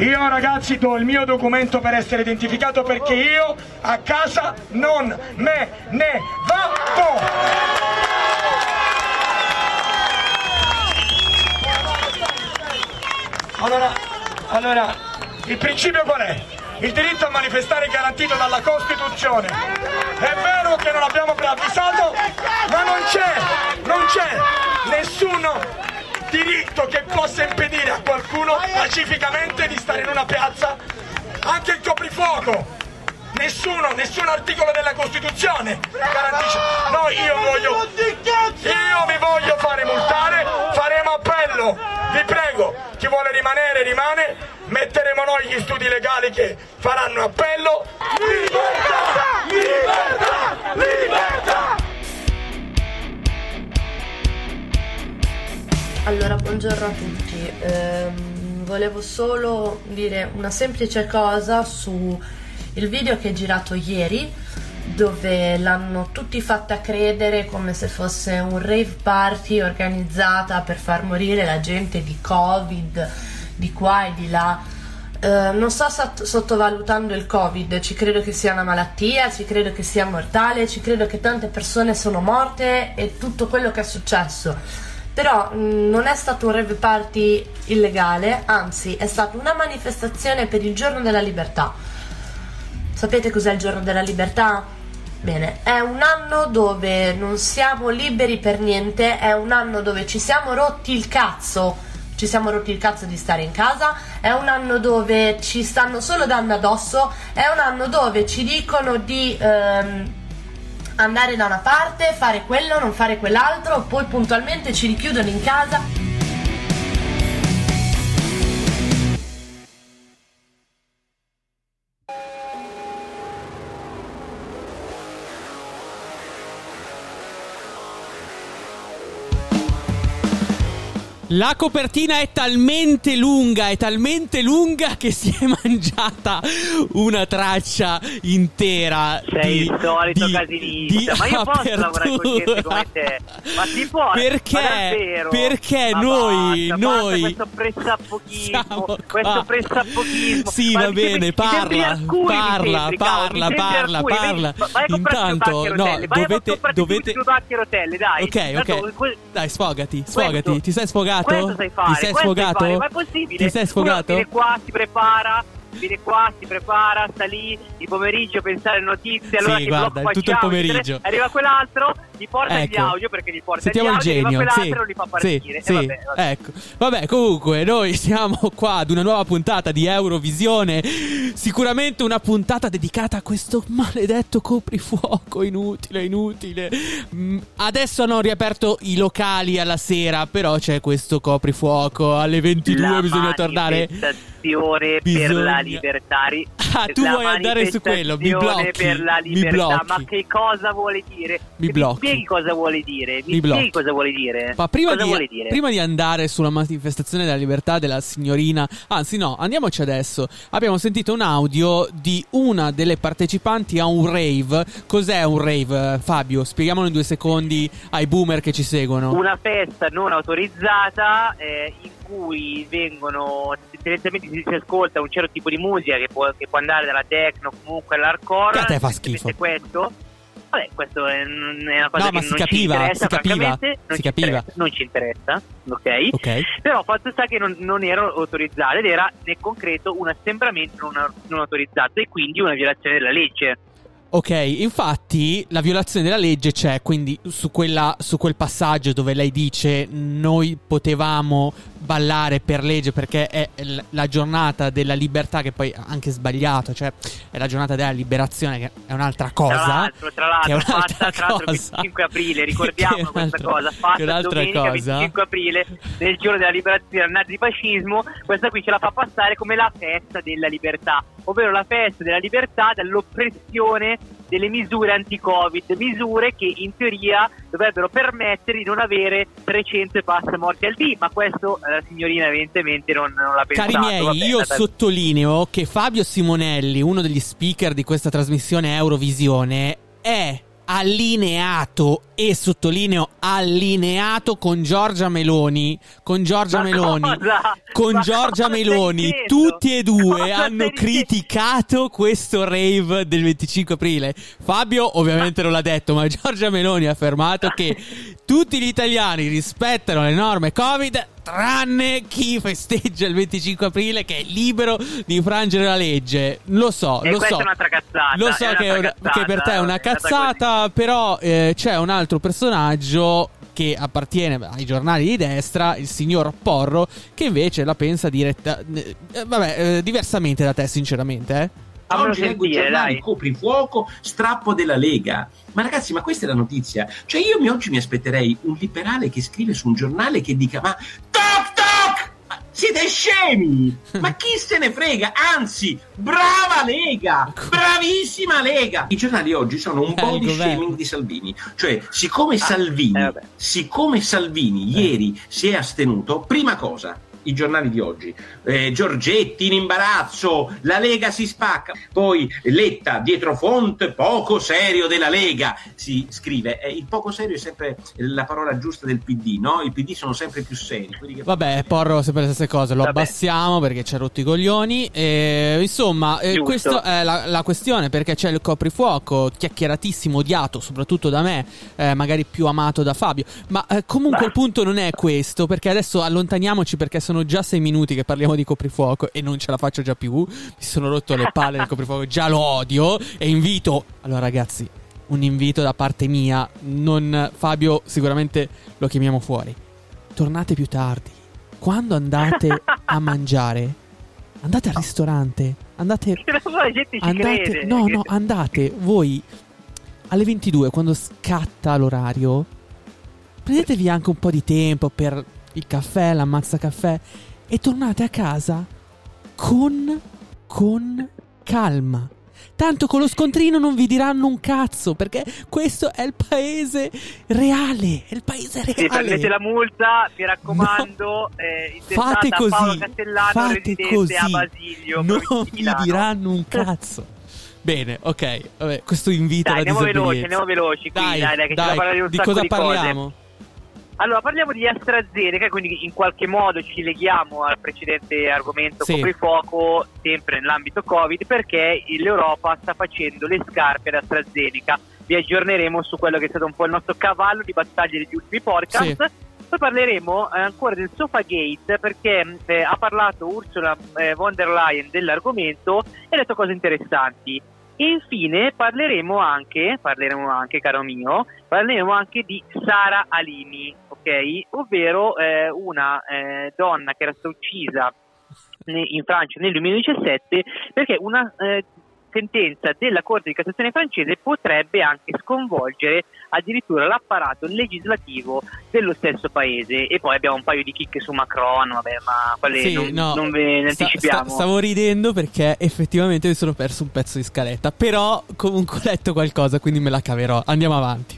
Io ragazzi do il mio documento per essere identificato, perché io a casa non me ne vado. Allora, il principio qual è? Il diritto a manifestare è garantito dalla Costituzione. È vero che non abbiamo preavvisato, ma non c'è nessun diritto che possa impedire a qualcuno pacificamente di stare in una piazza. Anche il coprifuoco, nessun articolo della Costituzione garantisce. Io mi voglio fare multare, faremo appello, vi prego, chi vuole rimanere rimane, metteremo noi gli studi legali che faranno appello. Libertà, libertà, libertà. Allora, buongiorno a tutti. Volevo solo dire una semplice cosa su il video che è girato ieri, dove l'hanno tutti fatta credere come se fosse un rave party organizzata per far morire la gente di Covid, di qua e di là. Non sto sottovalutando il Covid, ci credo che sia una malattia, ci credo che sia mortale, ci credo che tante persone sono morte e tutto quello che è successo. Però non è stato un rave party illegale, anzi è stata una manifestazione per il giorno della libertà. Sapete cos'è il giorno della libertà? Bene, è un anno dove non siamo liberi per niente, è un anno dove ci siamo rotti il cazzo di stare in casa, è un anno dove ci stanno solo dando addosso, è un anno dove ci dicono di andare da una parte, fare quello, non fare quell'altro, poi puntualmente ci richiudono in casa. La copertina è talmente lunga che si è mangiata una traccia intera. Sei il solito casinista, ma io posso lavorare con gente come te? Ma si può? Perché ma noi questo pressappochismo. Sì, va bene, parla. Intanto dovete dai. Ok. Dai, sfogati. Ti sei sfogato? Questo sai fare. Ti sei sfogato? Ma è possibile? Ti sei sfogato? Viene qua, si prepara, sta lì di pomeriggio a pensare alle notizie, allora sì, guarda, tutto il pomeriggio. Arriva quell'altro, gli porta gli audio, perché gli porta sentiamo gli audio, il genio, arriva quell'altro non li fa partire. Vabbè. Ecco. Vabbè, comunque noi siamo qua ad una nuova puntata di Eurovisione, sicuramente una puntata dedicata a questo maledetto coprifuoco inutile. Adesso hanno riaperto i locali alla sera, però c'è questo coprifuoco alle 22 bisogna tornare. Per la libertà. Tu vuoi andare su quello? Mi blocchi. Per la libertà. Ma che cosa vuole dire? Mi spieghi cosa vuole dire? Ma prima di andare sulla manifestazione della libertà della signorina, anzi no, andiamoci adesso. Abbiamo sentito un audio di una delle partecipanti a un rave. Cos'è un rave, Fabio? Spieghiamolo in 2 secondi ai boomer che ci seguono. Una festa non autorizzata in cui vengono tendenzialmente si ascolta un certo tipo di musica che può andare dalla techno comunque all'hardcore. Che a te fa schifo. Questo è una cosa ma che si non capiva, ci interessa, non ci interessa, ok? Però fatto sta che non erano autorizzate ed era nel concreto un assembramento non autorizzato e quindi una violazione della legge. Ok, infatti la violazione della legge c'è, quindi su quel passaggio dove lei dice noi potevamo ballare per legge perché è la giornata della libertà, che poi è anche sbagliato, cioè è la giornata della liberazione, che è un'altra cosa. Tra l'altro fatta il 25 aprile, ricordiamo questa cosa, fatta domenica 25 aprile, nel giorno della liberazione al nazifascismo. Questa qui ce la fa passare come la festa della libertà, ovvero la festa della libertà dall'oppressione delle misure anti-Covid, misure che in teoria dovrebbero permettere di non avere 300 e passa morti al dì, ma questo la signorina evidentemente non l'ha pensato. Cari miei, io sottolineo che Fabio Simonelli, uno degli speaker di questa trasmissione Eurovisione, è allineato, e sottolineo allineato, con Giorgia Meloni. Tutti e due hanno criticato questo rave del 25 aprile. Fabio ovviamente non l'ha detto, ma Giorgia Meloni ha affermato che tutti gli italiani rispettano le norme Covid, tranne chi festeggia il 25 aprile, che è libero di infrangere la legge. Lo so. È un'altra cazzata. Lo so che per te è una cazzata, però c'è un altro personaggio che appartiene ai giornali di destra, il signor Porro, che invece la pensa diversamente da te, sinceramente. Oggi leggo i giornali, coprifuoco, strappo della Lega. Ma ragazzi, ma questa è la notizia? Cioè io oggi mi aspetterei un liberale che scrive su un giornale che dica: ma toc toc, ma siete scemi? Ma chi se ne frega? Anzi, brava Lega, bravissima Lega. I giornali oggi sono un body shaming di Salvini. Cioè, siccome Salvini ieri si è astenuto, prima cosa, i giornali di oggi, Giorgetti in imbarazzo, la Lega si spacca, poi Letta dietro fonte, poco serio della Lega, si scrive. Il poco serio è sempre la parola giusta del PD, no? I PD sono sempre più seri. Vabbè, Porro sempre le stesse cose, lo abbassiamo perché ci ha rotto i coglioni. Insomma, questa è la questione, perché c'è il coprifuoco, chiacchieratissimo, odiato soprattutto da me, magari più amato da Fabio, ma comunque il punto non è questo, perché adesso allontaniamoci, perché sono già 6 minuti che parliamo di coprifuoco e non ce la faccio già più. Mi sono rotto le palle del coprifuoco, già lo odio. E invito, allora ragazzi, un invito da parte mia, non Fabio, sicuramente lo chiamiamo fuori. Tornate più tardi. Quando andate a mangiare, andate al ristorante, andate voi alle 22, quando scatta l'orario, prendetevi anche un po' di tempo per il caffè, l'ammazza caffè, e tornate a casa con calma. Tanto con lo scontrino non vi diranno un cazzo, perché questo è il paese reale. È il paese reale. Se prendete la multa, mi raccomando, fate così, Paolo Castellano, fate così, a Basilio, non vi diranno un cazzo. Bene, ok, vabbè, questo invito alla disobbedienza. Andiamo veloci, dai, che c'è da parlare di un di sacco cosa di parliamo? cose. Allora, parliamo di AstraZeneca, quindi in qualche modo ci leghiamo al precedente argomento coprifuoco, sempre nell'ambito Covid, perché l'Europa sta facendo le scarpe ad AstraZeneca. Vi aggiorneremo su quello che è stato un po' il nostro cavallo di battaglia degli ultimi podcast. Sì. Poi parleremo ancora del Sofagate, perché ha parlato Ursula von der Leyen dell'argomento e ha detto cose interessanti. E infine parleremo anche, caro mio, di Sara Halimi, ok? Ovvero una donna che era stata uccisa in Francia nel 2017 perché una sentenza della Corte di Cassazione francese potrebbe anche sconvolgere addirittura l'apparato legislativo dello stesso paese. E poi abbiamo un paio di chicche su Macron, vabbè, ma quelle non ve ne anticipiamo. Stavo ridendo perché effettivamente mi sono perso un pezzo di scaletta, però comunque ho letto qualcosa, quindi me la caverò. Andiamo avanti.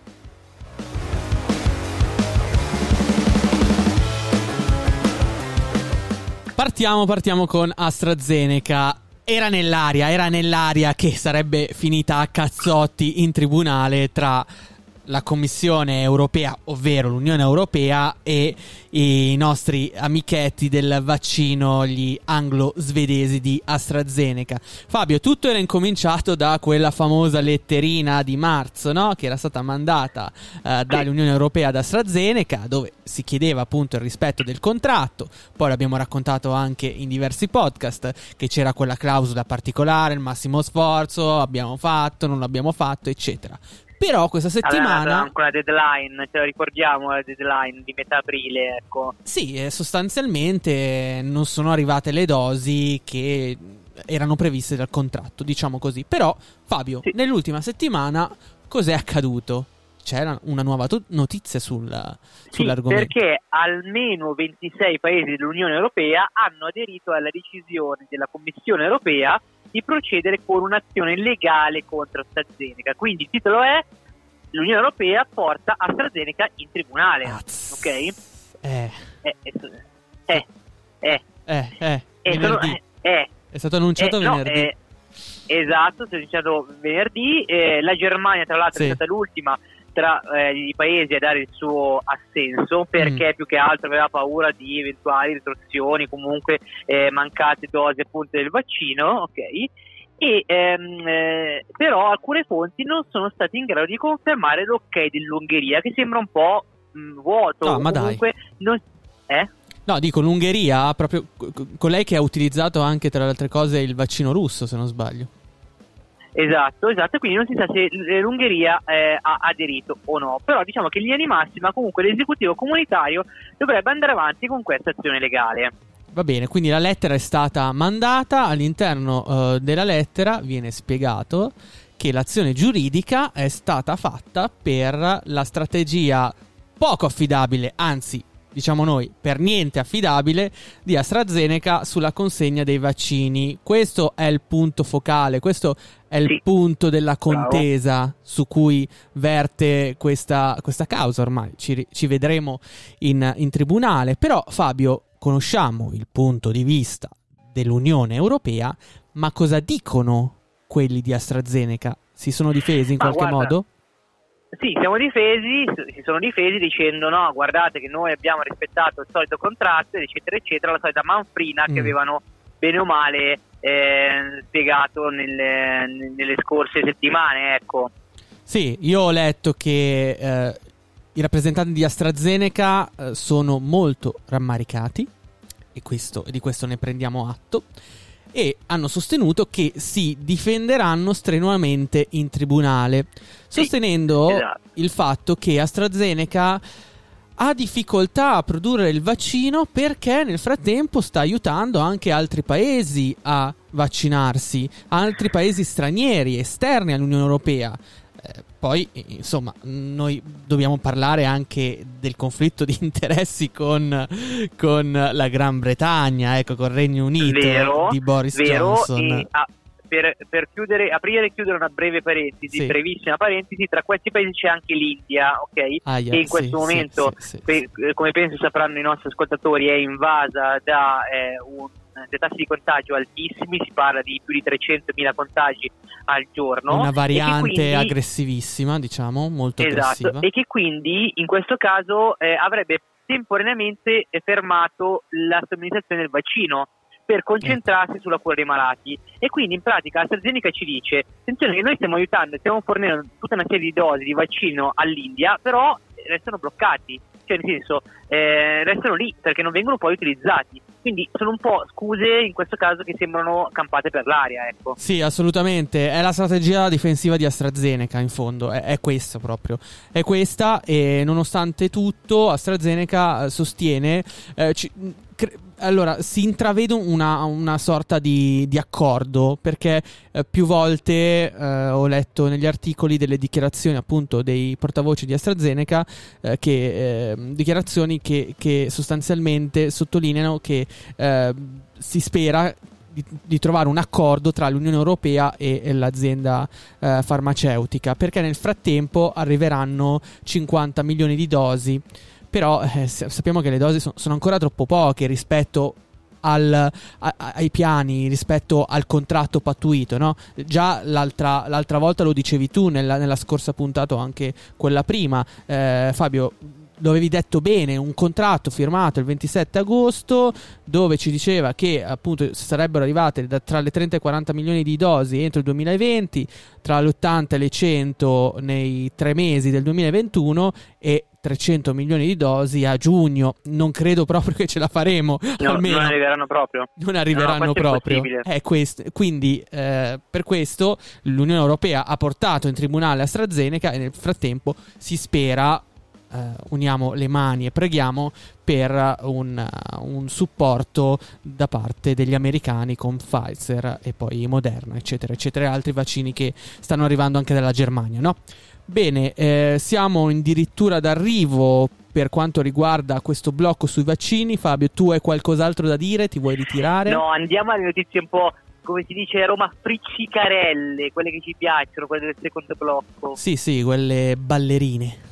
Partiamo con AstraZeneca. Era nell'aria che sarebbe finita a cazzotti in tribunale tra la Commissione europea, ovvero l'Unione Europea, e i nostri amichetti del vaccino, gli anglo-svedesi di AstraZeneca. Fabio, tutto era incominciato da quella famosa letterina di marzo, no? Che era stata mandata dall'Unione Europea ad AstraZeneca, dove si chiedeva appunto il rispetto del contratto. Poi l'abbiamo raccontato anche in diversi podcast, che c'era quella clausola particolare, il massimo sforzo, abbiamo fatto, non l'abbiamo fatto, eccetera. Però questa settimana ancora deadline, ce la ricordiamo, la deadline di metà aprile, ecco. Sì, sostanzialmente non sono arrivate le dosi che erano previste dal contratto, diciamo così. Però Fabio, nell'ultima settimana cos'è accaduto? C'era una nuova notizia sull'argomento. Perché almeno 26 paesi dell'Unione Europea hanno aderito alla decisione della Commissione Europea di procedere con un'azione legale contro AstraZeneca. Quindi il titolo è: l'Unione Europea porta AstraZeneca in tribunale. Ok? Venerdì. È stato annunciato venerdì. Esatto, si è iniziato venerdì. La Germania, tra l'altro, è stata l'ultima tra i paesi a dare il suo assenso, perché più che altro aveva paura di eventuali ritorsioni, comunque mancate dosi appunto del vaccino, ok? Però alcune fonti non sono state in grado di confermare l'ok dell'Ungheria, che sembra un po' vuoto. No, ma comunque dai. No, dico, l'Ungheria, proprio colei che ha utilizzato anche, tra le altre cose, il vaccino russo, se non sbaglio. Esatto, quindi non si sa se l'Ungheria ha aderito o no, però diciamo che in linea di massima comunque l'esecutivo comunitario dovrebbe andare avanti con questa azione legale. Va bene, quindi la lettera è stata mandata, all'interno della lettera viene spiegato che l'azione giuridica è stata fatta per la strategia poco affidabile, anzi diciamo noi, per niente affidabile, di AstraZeneca sulla consegna dei vaccini. Questo è il punto focale, questo è il punto della contesa su cui verte questa causa. Ormai ci vedremo in tribunale. Però, Fabio, conosciamo il punto di vista dell'Unione Europea, ma cosa dicono quelli di AstraZeneca? Si sono difesi in qualche modo? Sì, si sono difesi dicendo no, guardate che noi abbiamo rispettato il solito contratto, eccetera eccetera, la solita manfrina che avevano bene o male spiegato nelle scorse settimane, ecco. Sì, io ho letto che i rappresentanti di AstraZeneca sono molto rammaricati, e di questo ne prendiamo atto, e hanno sostenuto che si difenderanno strenuamente in tribunale, sostenendo il fatto che AstraZeneca ha difficoltà a produrre il vaccino perché nel frattempo sta aiutando anche altri paesi a vaccinarsi, altri paesi stranieri esterni all'Unione Europea. Poi, insomma, noi dobbiamo parlare anche del conflitto di interessi con la Gran Bretagna, ecco, con il Regno Unito di Boris Johnson. E per aprire e chiudere una breve parentesi, brevissima parentesi, tra questi paesi c'è anche l'India, ok? Che in questo momento, come penso sapranno i nostri ascoltatori, è invasa da dei tassi di contagio altissimi, si parla di più di 300.000 contagi al giorno. Una variante aggressivissima, diciamo, molto aggressiva. E che quindi in questo caso avrebbe temporaneamente fermato la somministrazione del vaccino per concentrarsi sulla cura dei malati. E quindi in pratica AstraZeneca ci dice: attenzione che noi stiamo aiutando, stiamo fornendo tutta una serie di dosi di vaccino all'India, però restano bloccati, cioè nel senso restano lì perché non vengono poi utilizzati. Quindi sono un po' scuse in questo caso che sembrano campate per l'aria, ecco. Sì, assolutamente, è la strategia difensiva di AstraZeneca, in fondo, è questo proprio. È questa, e nonostante tutto AstraZeneca sostiene allora si intravede una sorta di accordo, perché più volte ho letto negli articoli delle dichiarazioni appunto dei portavoci di AstraZeneca, dichiarazioni che sostanzialmente sottolineano che si spera di trovare un accordo tra l'Unione Europea e l'azienda farmaceutica, perché nel frattempo arriveranno 50 milioni di dosi. Però sappiamo che le dosi sono ancora troppo poche rispetto ai piani, rispetto al contratto pattuito, no? Già l'altra volta lo dicevi tu nella scorsa puntata, anche quella prima, Fabio, lo avevi detto bene, un contratto firmato il 27 agosto dove ci diceva che appunto sarebbero arrivate tra le 30 e 40 milioni di dosi entro il 2020, tra le 80 e le 100 nei 3 mesi del 2021 e 300 milioni di dosi a giugno. Non credo proprio che ce la faremo. No, almeno non arriveranno proprio. Non arriveranno proprio. Quindi per questo l'Unione Europea ha portato in tribunale AstraZeneca e nel frattempo si spera, uniamo le mani e preghiamo per un supporto da parte degli americani con Pfizer e poi Moderna, eccetera, eccetera, e altri vaccini che stanno arrivando anche dalla Germania, no? Bene, siamo addirittura d'arrivo per quanto riguarda questo blocco sui vaccini. Fabio, tu hai qualcos'altro da dire? Ti vuoi ritirare? No, andiamo alle notizie un po', come si dice a Roma, friccicarelle, quelle che ci piacciono, quelle del secondo blocco. Sì, quelle ballerine.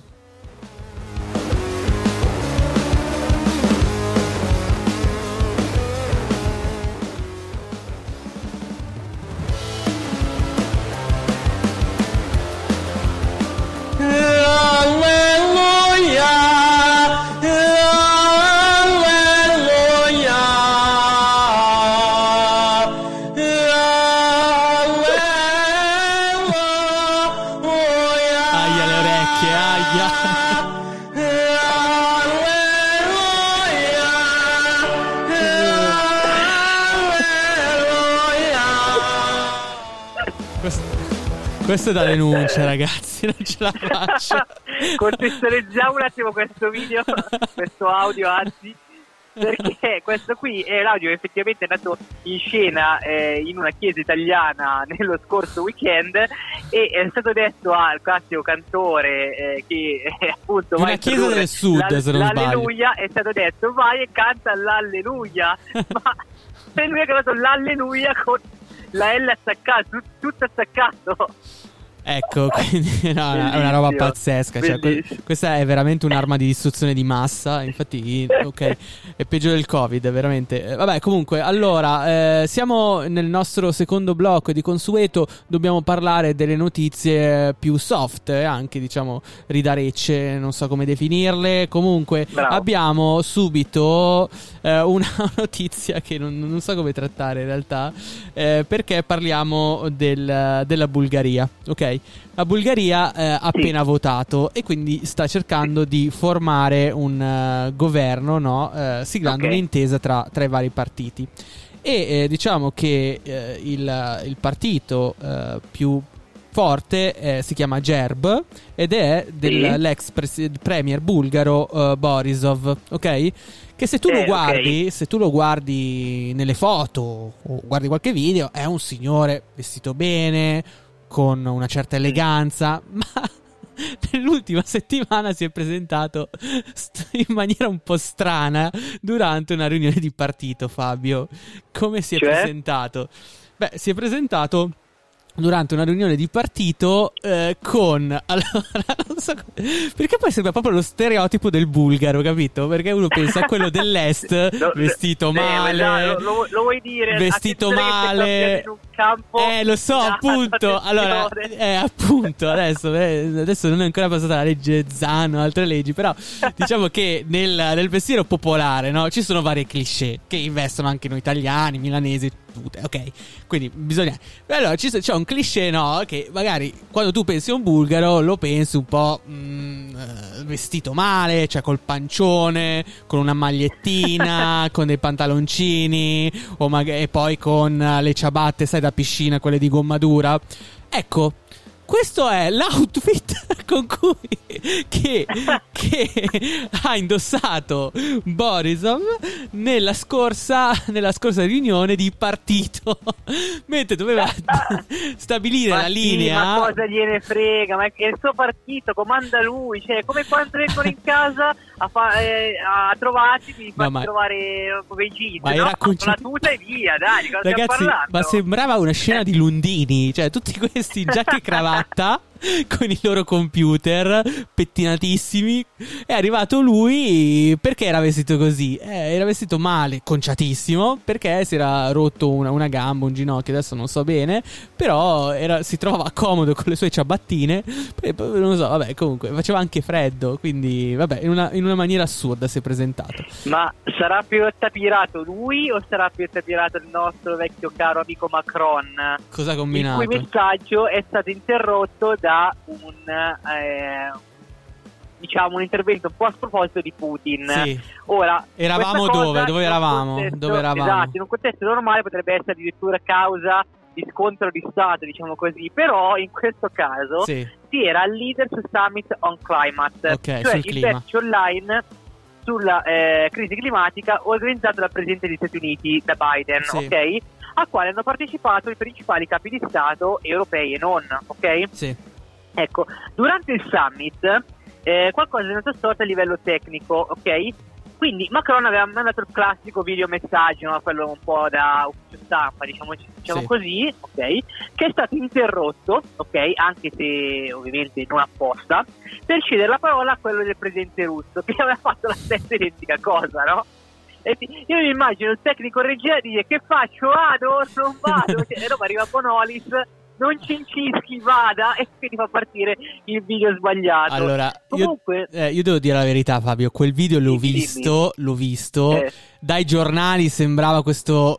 Questo è da denuncia, ragazzi, non ce la faccio. Contestualizziamo un attimo questo video, questo audio, anzi, perché questo qui è l'audio che effettivamente è andato in scena in una chiesa italiana nello scorso weekend, e è stato detto al classico cantore che appunto una chiesa del sud, se non sbaglio, l'alleluia, è stato detto vai e canta l'alleluia, ma è lui ha cantato l'alleluia con la L attaccata, tutto attaccato. Ecco, quindi no, è una roba pazzesca. Cioè, questa è veramente un'arma di distruzione di massa. Infatti, ok, è peggio del Covid, veramente. Vabbè, comunque, allora, siamo nel nostro secondo blocco e di consueto dobbiamo parlare delle notizie più soft, anche diciamo ridarecce, non so come definirle. Comunque, abbiamo subito una notizia che non so come trattare in realtà, perché parliamo della Bulgaria, ok? La Bulgaria ha appena votato e quindi sta cercando di formare un governo, no? Siglando un'intesa tra i vari partiti. E diciamo che il partito più forte si chiama GERB ed è dell'ex premier bulgaro Borisov, ok? Che se tu lo guardi, se tu lo guardi nelle foto o guardi qualche video, è un signore vestito bene, con una certa eleganza, ma nell'ultima settimana si è presentato in maniera un po' strana durante una riunione di partito. Fabio, come si è presentato? Beh, si è presentato durante una riunione di partito con allora non so perché poi sembra proprio lo stereotipo del bulgaro, capito? Perché uno pensa a quello dell'est vestito male, lo vuoi dire, vestito male in un campo, lo so, appunto. Allora appunto adesso non è ancora passata la legge Zan o altre leggi, però diciamo che nel pensiero popolare, no, ci sono varie cliché che investono anche noi italiani, milanesi, tutte, ok? Quindi bisogna, allora c'è un cliché, no, che magari quando tu pensi a un bulgaro lo pensi un po' vestito male, cioè col pancione, con una magliettina, con dei pantaloncini e poi con le ciabatte, sai, da piscina, quelle di gomma dura. Ecco, questo è l'outfit con cui che ha indossato Borisov nella scorsa riunione di partito, mentre doveva stabilire la linea. Ma cosa gliene frega? Ma è il suo partito, comanda lui, cioè come quando vengono in casa a trovarsi, ti fanno trovare veggie, no? Con la tuta e via, dai, cosa ragazzi, ma sembrava una scena di Lundini, cioè tutti questi in giacca e cravatta con i loro computer pettinatissimi. È arrivato lui perché era vestito così, era vestito male, conciatissimo, perché si era rotto una gamba, un ginocchio, adesso non so bene, però si trovava comodo con le sue ciabattine, non so, vabbè, comunque faceva anche freddo, quindi vabbè, in una maniera assurda si è presentato. Ma sarà più attapirato lui o sarà più attapirato il nostro vecchio caro amico Macron? Cosa ha combinato? Il cui messaggio è stato interrotto da un intervento un po' a sproposito di Putin. Sì. Ora, eravamo dove eravamo? Esatto, in un contesto normale potrebbe essere addirittura causa di scontro di Stato, diciamo così, però in questo caso si era al Leaders Summit on Climate, cioè il vertice online sulla crisi climatica organizzato dal presidente degli Stati Uniti, da Biden, ok? Al quale hanno partecipato i principali capi di Stato europei e non, ok? Sì. Ecco, durante il summit qualcosa è andato storto a livello tecnico, ok? Quindi Macron aveva mandato il classico video messaggio, no? Quello un po' da ufficio stampa, diciamo così, ok? Che è stato interrotto, ok? Anche se ovviamente non apposta, per cedere la parola a quello del presidente russo, che aveva fatto la stessa identica cosa, no? E io mi immagino il tecnico regia dire: che faccio? Vado? Non vado? E dopo arriva Bonolis: non cincischi, vada, e quindi fa partire il video sbagliato. Allora, comunque, io devo dire la verità, Fabio, quel video l'ho visto, dai giornali sembrava questo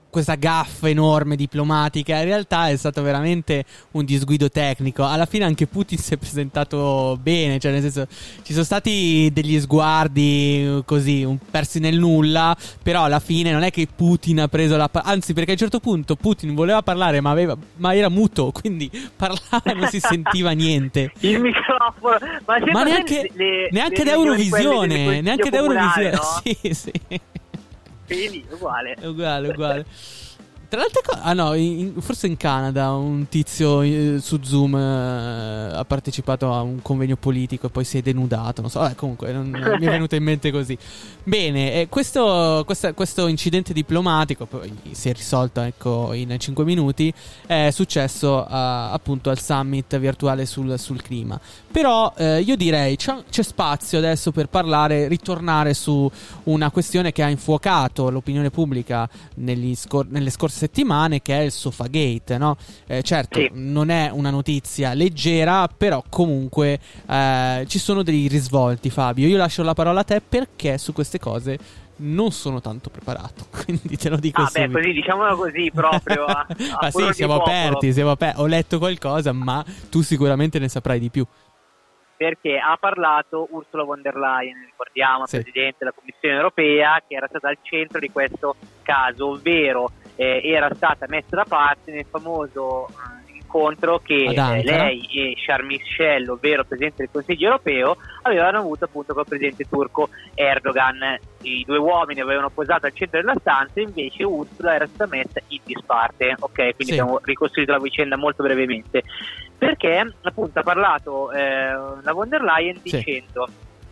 questa gaffa enorme diplomatica. In realtà è stato veramente un disguido tecnico. Alla fine anche Putin si è presentato bene, cioè nel senso ci sono stati degli sguardi così persi nel nulla, però alla fine non è che Putin ha preso anzi, perché a un certo punto Putin voleva parlare ma era muto, quindi parlava e non si sentiva niente. Il microfono, ma neanche ad Eurovisione, no? Sì. Quindi uguale. Tra le altre cose, forse in Canada un tizio su Zoom ha partecipato a un convegno politico e poi si è denudato, non so, comunque mi è venuto in mente così. Bene, questo incidente diplomatico poi si è risolto, ecco, in 5 minuti, è successo appunto al summit virtuale sul clima. Però io direi c'è spazio adesso per ritornare su una questione che ha infuocato l'opinione pubblica nelle scorse settimane, che è il Sofagate, no? Certo, sì, non è una notizia leggera, però comunque ci sono dei risvolti, Fabio. Io lascio la parola a te perché su queste cose non sono tanto preparato, quindi te lo dico subito. Così, diciamolo così, proprio ma sì, siamo aperti. Ho letto qualcosa, ma tu sicuramente ne saprai di più. Perché ha parlato Ursula von der Leyen, ricordiamo, sì, Presidente della Commissione Europea, che era stata al centro di questo caso, ovvero era stata messa da parte nel famoso incontro che lei e Charles Michel, ovvero Presidente del Consiglio Europeo, avevano avuto appunto col Presidente turco Erdogan. I due uomini avevano posato al centro della stanza, invece Ursula era stata messa in disparte. Ok, quindi sì, abbiamo ricostruito la vicenda molto brevemente. Perché appunto ha parlato la von der Leyen dicendo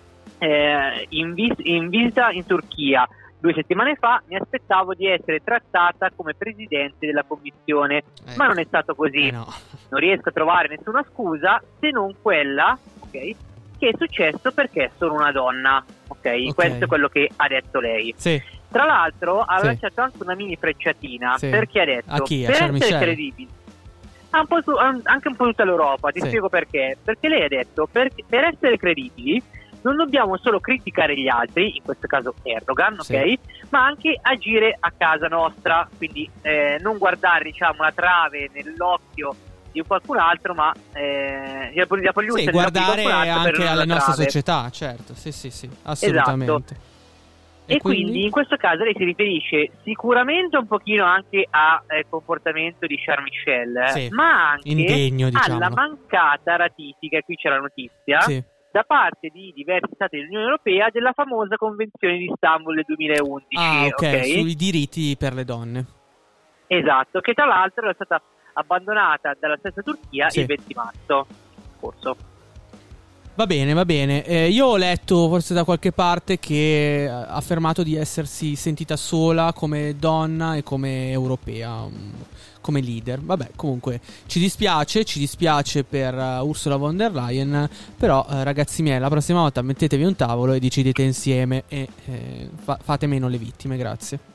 in visita in Turchia 2 settimane fa mi aspettavo di essere trattata come presidente della commissione, ma non è stato così. No. Non riesco a trovare nessuna scusa se non quella, ok, che è successo perché sono una donna, ok? Questo è quello che ha detto lei. Sì. Tra l'altro ha lasciato anche una mini frecciatina, perché ha detto per essere credibili, anche un po' tutta l'Europa, ti spiego perché. Perché lei ha detto per essere credibili non dobbiamo solo criticare gli altri, in questo caso Erdogan, ok? Ma anche agire a casa nostra, quindi non guardare, diciamo, la trave nell'occhio di qualcun altro, ma la polluzione guardare anche alla nostra società, certo, sì, assolutamente. Esatto. E quindi in questo caso lei si riferisce sicuramente un pochino anche al comportamento di Charles Michel, ma anche indegno, diciamo, alla mancata ratifica, e qui c'è la notizia, da parte di diversi stati dell'Unione Europea della famosa Convenzione di Istanbul del 2011. Sui diritti per le donne. Esatto, che tra l'altro è stata abbandonata dalla stessa Turchia il 20 marzo scorso. Va bene. Io ho letto forse da qualche parte che ha affermato di essersi sentita sola come donna e come europea, come leader. Vabbè, comunque ci dispiace per Ursula von der Leyen, però ragazzi miei, la prossima volta mettetevi un tavolo e decidete insieme e fate meno le vittime, grazie.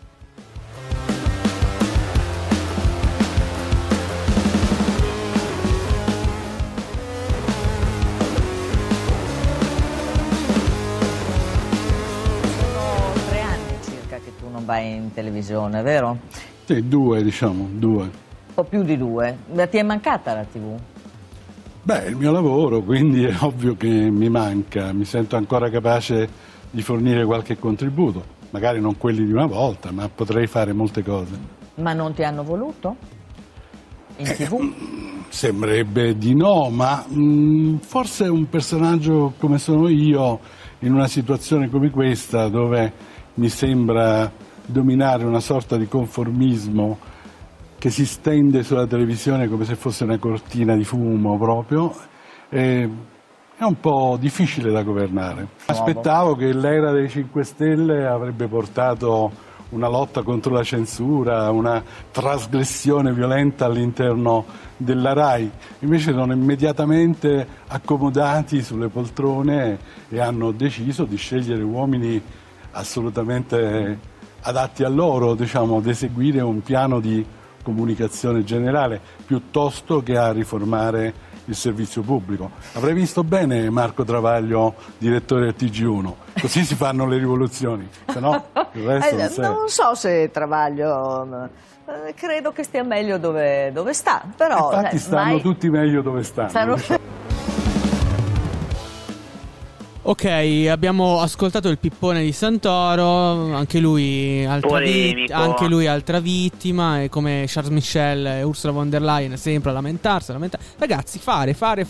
Vai in televisione, vero? Sì, 2. O più di 2. Ma ti è mancata la TV? Beh, il mio lavoro, quindi è ovvio che mi manca. Mi sento ancora capace di fornire qualche contributo. Magari non quelli di una volta, ma potrei fare molte cose. Ma non ti hanno voluto? In TV? Sembrerebbe di no, ma forse un personaggio come sono io, in una situazione come questa, dove mi sembra dominare una sorta di conformismo che si stende sulla televisione come se fosse una cortina di fumo proprio, è un po' difficile da governare. Aspettavo che l'era dei 5 Stelle avrebbe portato una lotta contro la censura, una trasgressione violenta all'interno della RAI, invece sono immediatamente accomodati sulle poltrone e hanno deciso di scegliere uomini assolutamente adatti a loro, diciamo, ad eseguire un piano di comunicazione generale piuttosto che a riformare il servizio pubblico. Avrei visto bene Marco Travaglio, direttore del TG1, così si fanno le rivoluzioni, se no il resto non serve. Non so se Travaglio, credo che stia meglio dove sta, però infatti stanno tutti meglio dove stanno. Ok, abbiamo ascoltato il pippone di Santoro, anche lui altra vittima, e come Charles Michel e Ursula von der Leyen sempre a lamentarsi. Ragazzi, fare. Far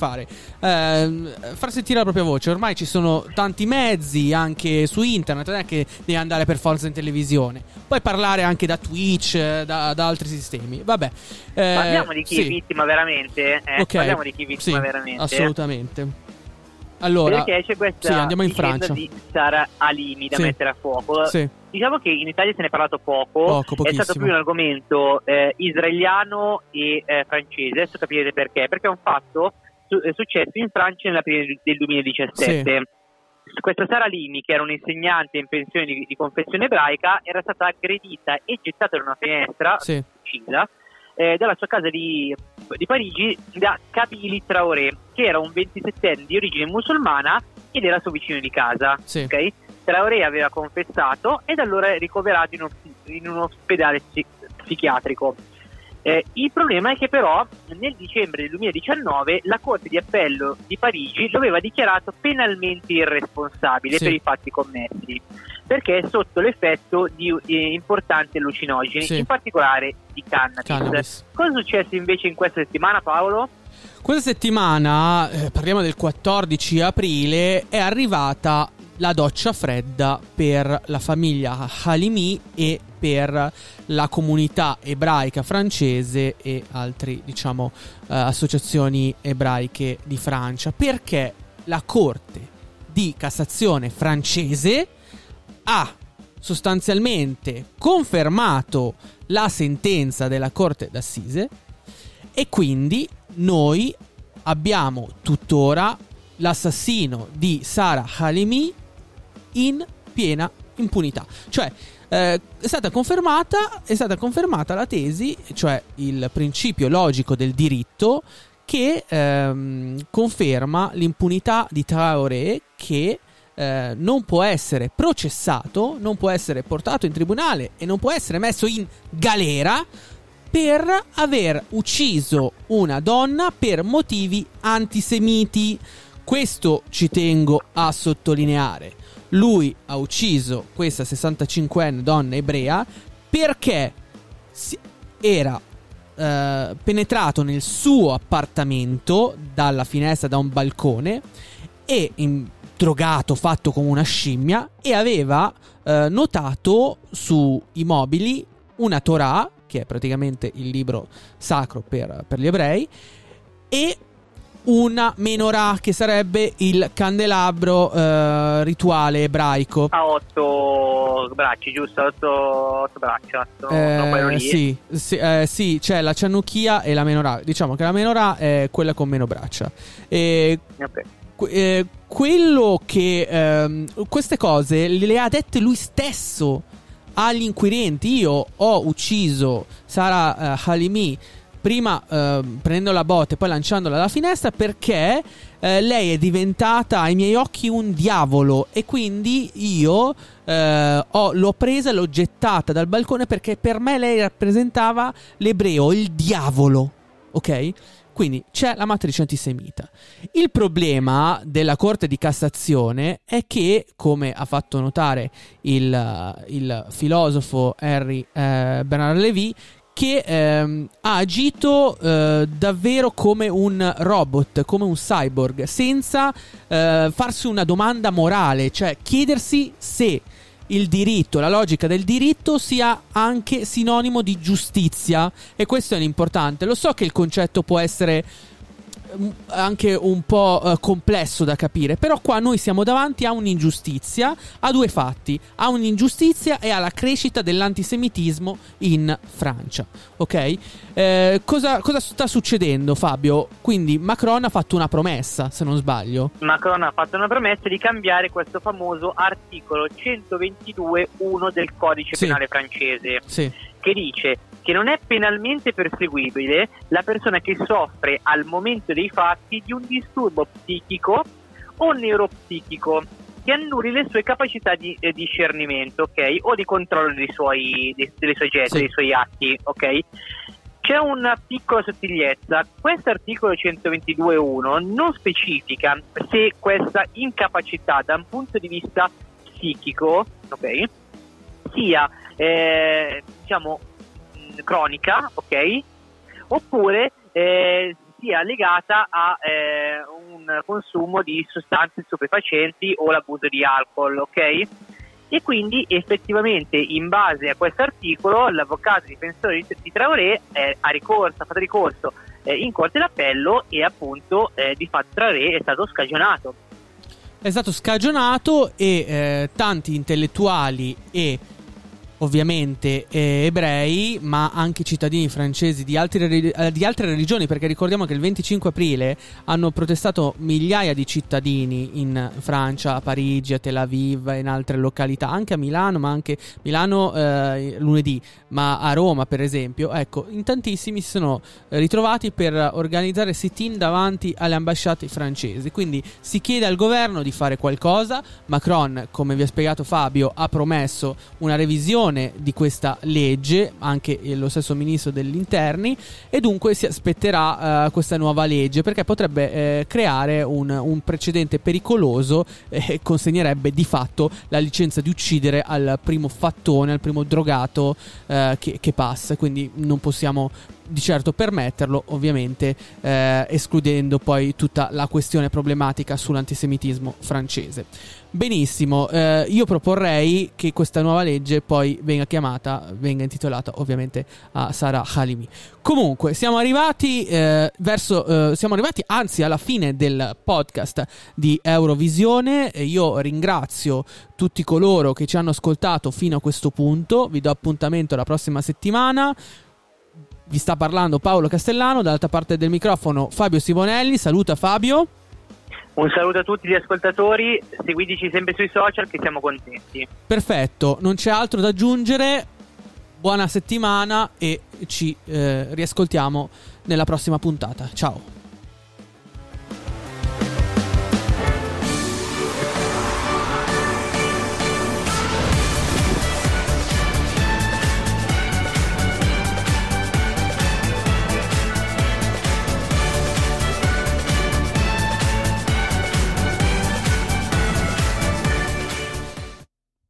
sentire la propria voce. Ormai ci sono tanti mezzi anche su internet, non è che devi andare per forza in televisione. Puoi parlare anche da Twitch, da altri sistemi. Vabbè. Parliamo di chi è vittima veramente. Okay. Parliamo di chi è vittima veramente. Assolutamente. Allora, perché c'è questa andiamo in Francia di Sara Halimi da mettere a fuoco. Diciamo che in Italia se ne è parlato poco, è stato più un argomento israeliano e francese. Adesso capirete perché. Perché è un fatto successo in Francia nell'aprile del 2017. Questa Sara Halimi, che era un'insegnante in pensione di confessione ebraica, era stata aggredita e gettata da una finestra, uccisa, dalla sua casa di Parigi da Kabili Traoré, che era un 27enne di origine musulmana ed era suo vicino di casa. Okay? Traoré aveva confessato ed allora è ricoverato in un ospedale psichiatrico. Il problema è che però nel dicembre del 2019 la Corte di Appello di Parigi lo aveva dichiarato penalmente irresponsabile per i fatti commessi, perché è sotto l'effetto di importanti allucinogeni, in particolare di cannabis. Cosa è successo invece in questa settimana, Paolo? Questa settimana, parliamo del 14 aprile, è arrivata la doccia fredda per la famiglia Halimi e per la comunità ebraica francese e altri, associazioni ebraiche di Francia, perché la Corte di Cassazione francese ha sostanzialmente confermato la sentenza della Corte d'Assise e quindi noi abbiamo tuttora l'assassino di Sara Halimi in piena impunità. Cioè è stata confermata la tesi, cioè il principio logico del diritto che conferma l'impunità di Traoré, che non può essere processato, non può essere portato in tribunale e non può essere messo in galera per aver ucciso una donna per motivi antisemiti. Questo ci tengo a sottolineare. Lui ha ucciso questa 65enne donna ebrea perché era penetrato nel suo appartamento dalla finestra, da un balcone, e drogato, fatto come una scimmia, e aveva notato sui mobili una Torah, che è praticamente il libro sacro per gli ebrei, e una menorah, che sarebbe il candelabro rituale ebraico. Ha 8 bracci, giusto? 8 braccia. Sì, c'è la Chanukkia e la menorah. Diciamo che la menorah è quella con meno braccia. Quello che queste cose le ha dette lui stesso agli inquirenti. Io ho ucciso Sara Halimi prima prendendo la botte e poi lanciandola dalla finestra perché lei è diventata ai miei occhi un diavolo, e quindi io l'ho presa e l'ho gettata dal balcone perché per me lei rappresentava l'ebreo, il diavolo, ok? Quindi c'è la matrice antisemita. Il problema della Corte di Cassazione è che, come ha fatto notare il filosofo Henri Bernard Lévy, che ha agito davvero come un robot, come un cyborg, senza farsi una domanda morale, cioè chiedersi se il diritto, la logica del diritto sia anche sinonimo di giustizia, e questo è l'importante. Lo so che il concetto può essere anche un po' complesso da capire, però qua noi siamo davanti a un'ingiustizia, a due fatti: a un'ingiustizia e alla crescita dell'antisemitismo in Francia, ok? Cosa sta succedendo, Fabio? Quindi Macron ha fatto una promessa, se non sbaglio. Macron ha fatto una promessa di cambiare questo famoso articolo 122.1 del codice penale francese, che dice che non è penalmente perseguibile la persona che soffre al momento dei fatti di un disturbo psichico o neuropsichico che annulli le sue capacità di discernimento, ok? O di controllo delle sue gesti, dei suoi atti, ok? C'è una piccola sottigliezza. Questo articolo 122.1 non specifica se questa incapacità da un punto di vista psichico, ok, sia diciamo cronica, ok, oppure sia legata a un consumo di sostanze stupefacenti o l'abuso di alcol, ok? E quindi effettivamente in base a questo articolo l'avvocato difensore di Traoré ha fatto ricorso in corte d'appello e appunto di fatto Traoré è stato scagionato. È stato scagionato e tanti intellettuali e ovviamente ebrei, ma anche cittadini francesi di altre religioni, perché ricordiamo che il 25 aprile hanno protestato migliaia di cittadini in Francia, a Parigi, a Tel Aviv e in altre località, anche a Milano, ma anche Milano lunedì, ma a Roma per esempio. Ecco, in tantissimi si sono ritrovati per organizzare sit-in davanti alle ambasciate francesi, quindi si chiede al governo di fare qualcosa. Macron, come vi ha spiegato Fabio, ha promesso una revisione di questa legge, anche lo stesso ministro degli interni, e dunque si aspetterà questa nuova legge, perché potrebbe creare un precedente pericoloso e consegnerebbe di fatto la licenza di uccidere al primo fattone, al primo drogato che passa. Quindi non possiamo di certo permetterlo, ovviamente escludendo poi tutta la questione problematica sull'antisemitismo francese. Benissimo, io proporrei che questa nuova legge poi venga intitolata ovviamente a Sarah Halimi. Comunque siamo arrivati anzi alla fine del podcast di Eurovisione. Io ringrazio tutti coloro che ci hanno ascoltato fino a questo punto, vi do appuntamento la prossima settimana. Vi sta parlando Paolo Castellano, dall'altra parte del microfono Fabio Simonelli. Saluta Fabio. Un saluto a tutti gli ascoltatori, seguiteci sempre sui social che siamo contenti. Perfetto, non c'è altro da aggiungere. Buona settimana e ci riascoltiamo nella prossima puntata. Ciao.